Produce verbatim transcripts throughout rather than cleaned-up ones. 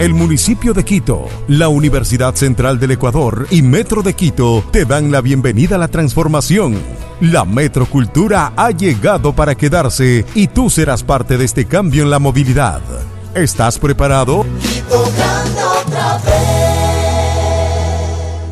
El municipio de Quito, la Universidad Central del Ecuador y Metro de Quito te dan la bienvenida a la transformación. La metrocultura ha llegado para quedarse y tú serás parte de este cambio en la movilidad. ¿Estás preparado? Quito grande otra vez.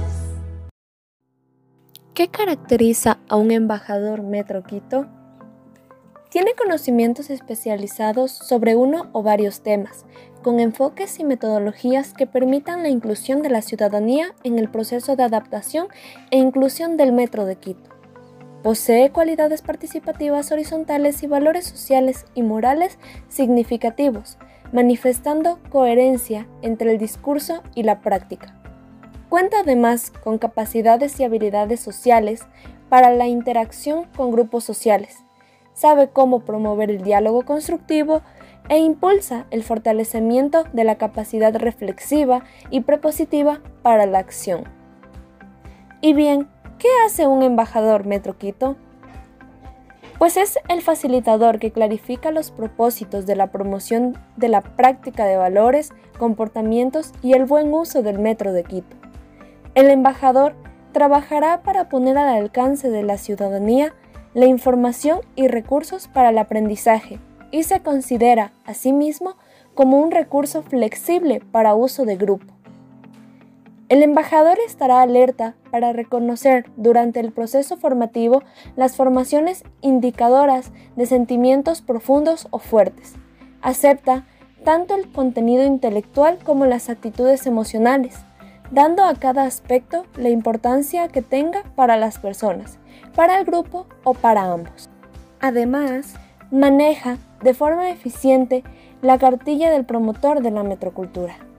¿Qué caracteriza a un embajador Metro Quito? Tiene conocimientos especializados sobre uno o varios temas, con enfoques y metodologías que permitan la inclusión de la ciudadanía en el proceso de adaptación e inclusión del Metro de Quito. Posee cualidades participativas horizontales y valores sociales y morales significativos, manifestando coherencia entre el discurso y la práctica. Cuenta además con capacidades y habilidades sociales para la interacción con grupos sociales. Sabe cómo promover el diálogo constructivo e impulsa el fortalecimiento de la capacidad reflexiva y prepositiva para la acción. Y bien, ¿qué hace un embajador Metro Quito? Pues es el facilitador que clarifica los propósitos de la promoción de la práctica de valores, comportamientos y el buen uso del Metro de Quito. El embajador trabajará para poner al alcance de la ciudadanía la información y recursos para el aprendizaje y se considera, asimismo, como un recurso flexible para uso de grupo. El embajador estará alerta para reconocer durante el proceso formativo las formaciones indicadoras de sentimientos profundos o fuertes. Acepta tanto el contenido intelectual como las actitudes emocionales, dando a cada aspecto la importancia que tenga para las personas, para el grupo o para ambos. Además, maneja de forma eficiente la cartilla del promotor de la metrocultura.